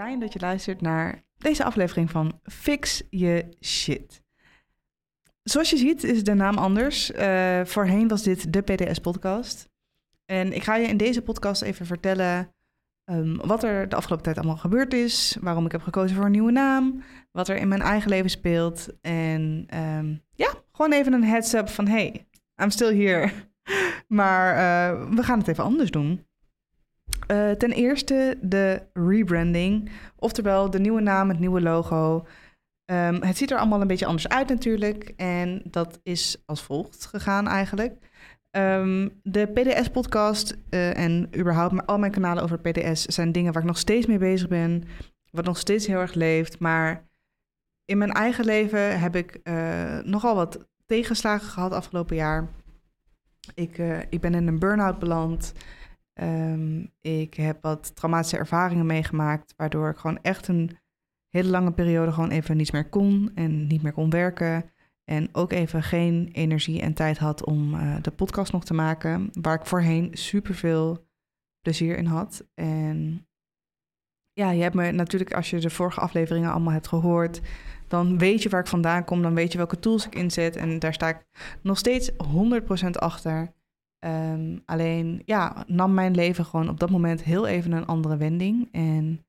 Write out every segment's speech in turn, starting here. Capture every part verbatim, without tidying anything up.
Fijn dat je luistert naar deze aflevering van Fix Je Shit. Zoals je ziet is de naam anders. Uh, voorheen was dit de P D S-podcast. En ik ga je in deze podcast even vertellen um, wat er de afgelopen tijd allemaal gebeurd is, waarom ik heb gekozen voor een nieuwe naam, wat er in mijn eigen leven speelt. En um, ja, gewoon even een heads-up van hey, I'm still here. Maar uh, we gaan het even anders doen. Uh, ten eerste de rebranding, oftewel de nieuwe naam, het nieuwe logo. Um, het ziet er allemaal een beetje anders uit natuurlijk en dat is als volgt gegaan eigenlijk. Um, de P D S-podcast uh, en überhaupt al mijn kanalen over P D S zijn dingen waar ik nog steeds mee bezig ben, wat nog steeds heel erg leeft. Maar in mijn eigen leven heb ik uh, nogal wat tegenslagen gehad afgelopen jaar. Ik, uh, ik ben in een burn-out beland. Um, ik heb wat traumatische ervaringen meegemaakt, waardoor ik gewoon echt een hele lange periode gewoon even niets meer kon en niet meer kon werken. En ook even geen energie en tijd had om uh, de podcast nog te maken, waar ik voorheen superveel plezier in had. En ja, je hebt me natuurlijk, als je de vorige afleveringen allemaal hebt gehoord, dan weet je waar ik vandaan kom, dan weet je welke tools ik inzet. En daar sta ik nog steeds honderd procent achter. Um, alleen, ja, nam mijn leven gewoon op dat moment heel even een andere wending. En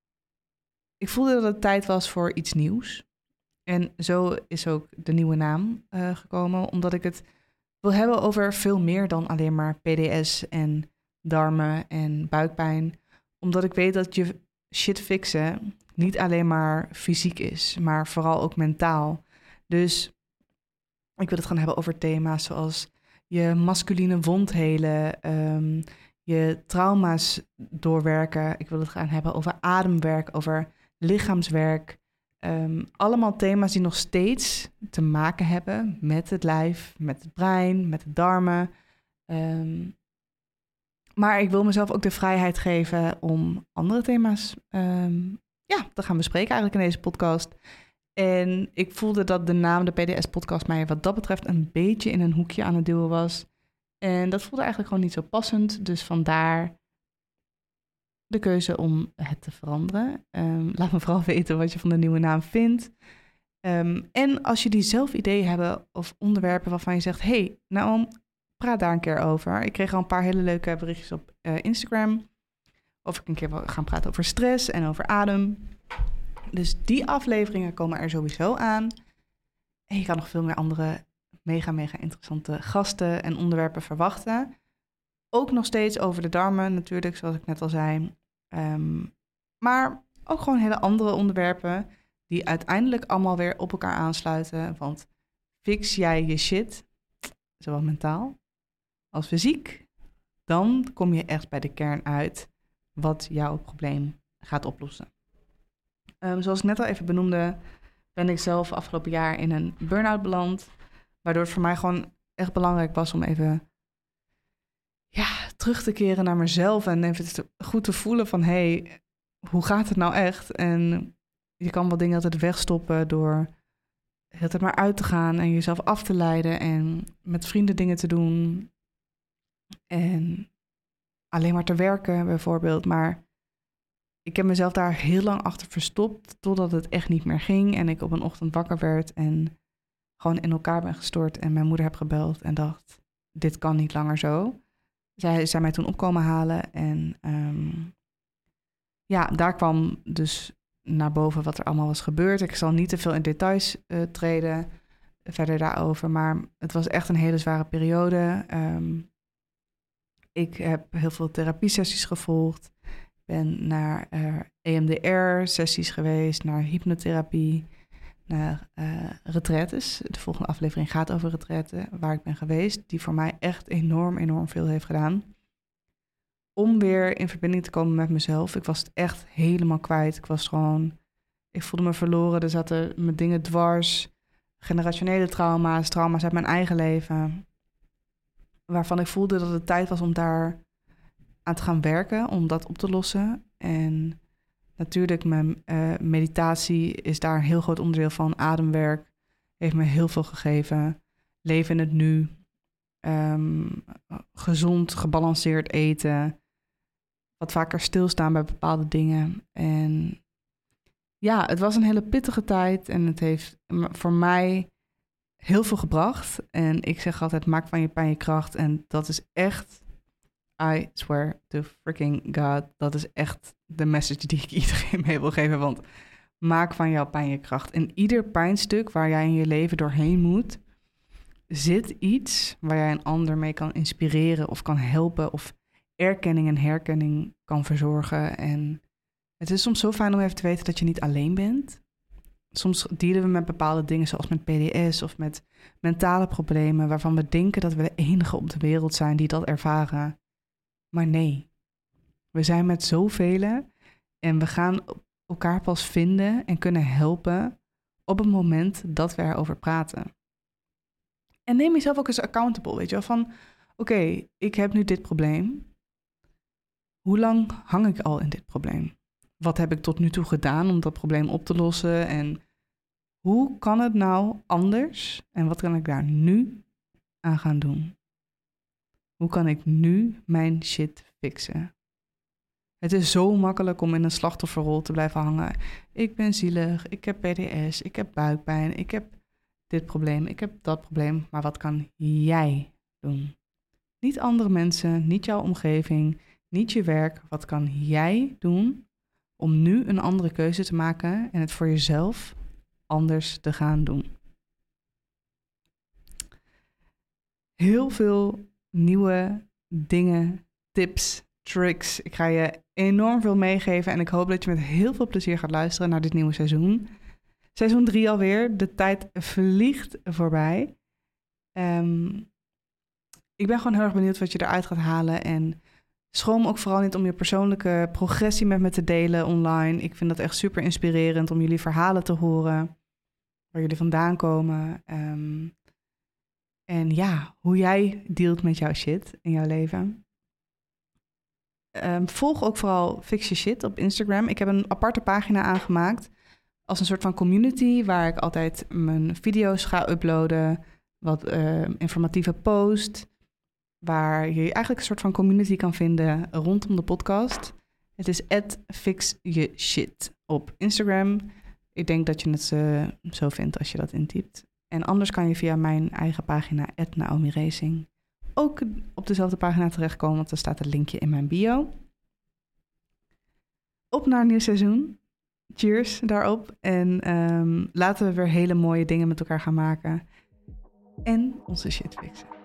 ik voelde dat het tijd was voor iets nieuws. En zo is ook de nieuwe naam uh, gekomen, omdat ik het wil hebben over veel meer dan alleen maar P D S en darmen en buikpijn. Omdat ik weet dat je shit fixen niet alleen maar fysiek is, maar vooral ook mentaal. Dus ik wil het gaan hebben over thema's zoals je masculine wond helen, um, je trauma's doorwerken. Ik wil het gaan hebben over ademwerk, over lichaamswerk. Um, allemaal thema's die nog steeds te maken hebben met het lijf, met het brein, met de darmen. Um, maar ik wil mezelf ook de vrijheid geven om andere thema's um, ja, te gaan bespreken eigenlijk in deze podcast. En ik voelde dat de naam de P D S-podcast mij wat dat betreft een beetje in een hoekje aan het duwen was. En dat voelde eigenlijk gewoon niet zo passend. Dus vandaar de keuze om het te veranderen. Um, laat me vooral weten wat je van de nieuwe naam vindt. Um, en als jullie zelf ideeën hebben of onderwerpen waarvan je zegt, hey, nou, praat daar een keer over. Ik kreeg al een paar hele leuke berichtjes op uh, Instagram. Of ik een keer wil gaan praten over stress en over adem. Dus die afleveringen komen er sowieso aan. En je kan nog veel meer andere mega, mega interessante gasten en onderwerpen verwachten. Ook nog steeds over de darmen natuurlijk, zoals ik net al zei. Um, maar ook gewoon hele andere onderwerpen die uiteindelijk allemaal weer op elkaar aansluiten. Want fix jij je shit, zowel mentaal als fysiek, dan kom je echt bij de kern uit wat jouw probleem gaat oplossen. Um, zoals ik net al even benoemde, ben ik zelf afgelopen jaar in een burn-out beland. Waardoor het voor mij gewoon echt belangrijk was om even ja, terug te keren naar mezelf. En even te, goed te voelen van, hé, hey, hoe gaat het nou echt? En je kan wel dingen altijd wegstoppen door het er maar uit te gaan en jezelf af te leiden. En met vrienden dingen te doen. En alleen maar te werken bijvoorbeeld. Maar ik heb mezelf daar heel lang achter verstopt, totdat het echt niet meer ging. En ik op een ochtend wakker werd en gewoon in elkaar ben gestort. En mijn moeder heb gebeld en dacht, dit kan niet langer zo. Zij zijn mij toen opkomen halen. En um, ja, daar kwam dus naar boven wat er allemaal was gebeurd. Ik zal niet te veel in details uh, treden verder daarover. Maar het was echt een hele zware periode. Um, ik heb heel veel therapiesessies gevolgd. Ben naar uh, E M D R-sessies geweest, naar hypnotherapie, naar uh, retraites. De volgende aflevering gaat over retraite, waar ik ben geweest, die voor mij echt enorm, enorm veel heeft gedaan. Om weer in verbinding te komen met mezelf. Ik was het echt helemaal kwijt. Ik was gewoon, ik voelde me verloren. Er zaten me dingen dwars, generationele trauma's, trauma's uit mijn eigen leven, waarvan ik voelde dat het tijd was om daar aan te gaan werken, om dat op te lossen. En natuurlijk, mijn uh, meditatie is daar een heel groot onderdeel van. Ademwerk heeft me heel veel gegeven. Leven in het nu. Um, gezond, gebalanceerd eten. Wat vaker stilstaan bij bepaalde dingen. En ja, het was een hele pittige tijd en het heeft voor mij heel veel gebracht. En ik zeg altijd, maak van je pijn je kracht. En dat is echt, I swear to freaking God, dat is echt de message die ik iedereen mee wil geven. Want maak van jouw pijn je kracht. In ieder pijnstuk waar jij in je leven doorheen moet, zit iets waar jij een ander mee kan inspireren of kan helpen of erkenning en herkenning kan verzorgen. En het is soms zo fijn om even te weten dat je niet alleen bent. Soms dealen we met bepaalde dingen zoals met P D S of met mentale problemen waarvan we denken dat we de enige op de wereld zijn die dat ervaren. Maar nee, we zijn met zoveel en we gaan elkaar pas vinden en kunnen helpen op het moment dat we erover praten. En neem jezelf ook eens accountable, weet je wel, van oké, okay, ik heb nu dit probleem. Hoe lang hang ik al in dit probleem? Wat heb ik tot nu toe gedaan om dat probleem op te lossen? En hoe kan het nou anders? En wat kan ik daar nu aan gaan doen? Hoe kan ik nu mijn shit fixen? Het is zo makkelijk om in een slachtofferrol te blijven hangen. Ik ben zielig, ik heb P D S, ik heb buikpijn, ik heb dit probleem, ik heb dat probleem. Maar wat kan jij doen? Niet andere mensen, niet jouw omgeving, niet je werk. Wat kan jij doen om nu een andere keuze te maken en het voor jezelf anders te gaan doen? Heel veel nieuwe dingen, tips, tricks. Ik ga je enorm veel meegeven en ik hoop dat je met heel veel plezier gaat luisteren naar dit nieuwe seizoen. Seizoen drie alweer. De tijd vliegt voorbij. Um, ik ben gewoon heel erg benieuwd wat je eruit gaat halen. En schroom ook vooral niet om je persoonlijke progressie met me te delen online. Ik vind dat echt super inspirerend om jullie verhalen te horen. Waar jullie vandaan komen. Um, en ja, hoe jij dealt met jouw shit in jouw leven. Um, volg ook vooral Fix Your Shit op Instagram. Ik heb een aparte pagina aangemaakt als een soort van community waar ik altijd mijn video's ga uploaden, wat uh, informatieve post, waar je eigenlijk een soort van community kan vinden rondom de podcast. Het is at fix your shit op Instagram. Ik denk dat je het uh, zo vindt als je dat intypt. En anders kan je via mijn eigen pagina at Naomi Racing ook op dezelfde pagina terechtkomen, want er staat een linkje in mijn bio. Op naar een nieuw seizoen. Cheers daarop. En um, laten we weer hele mooie dingen met elkaar gaan maken. En onze shit fixen.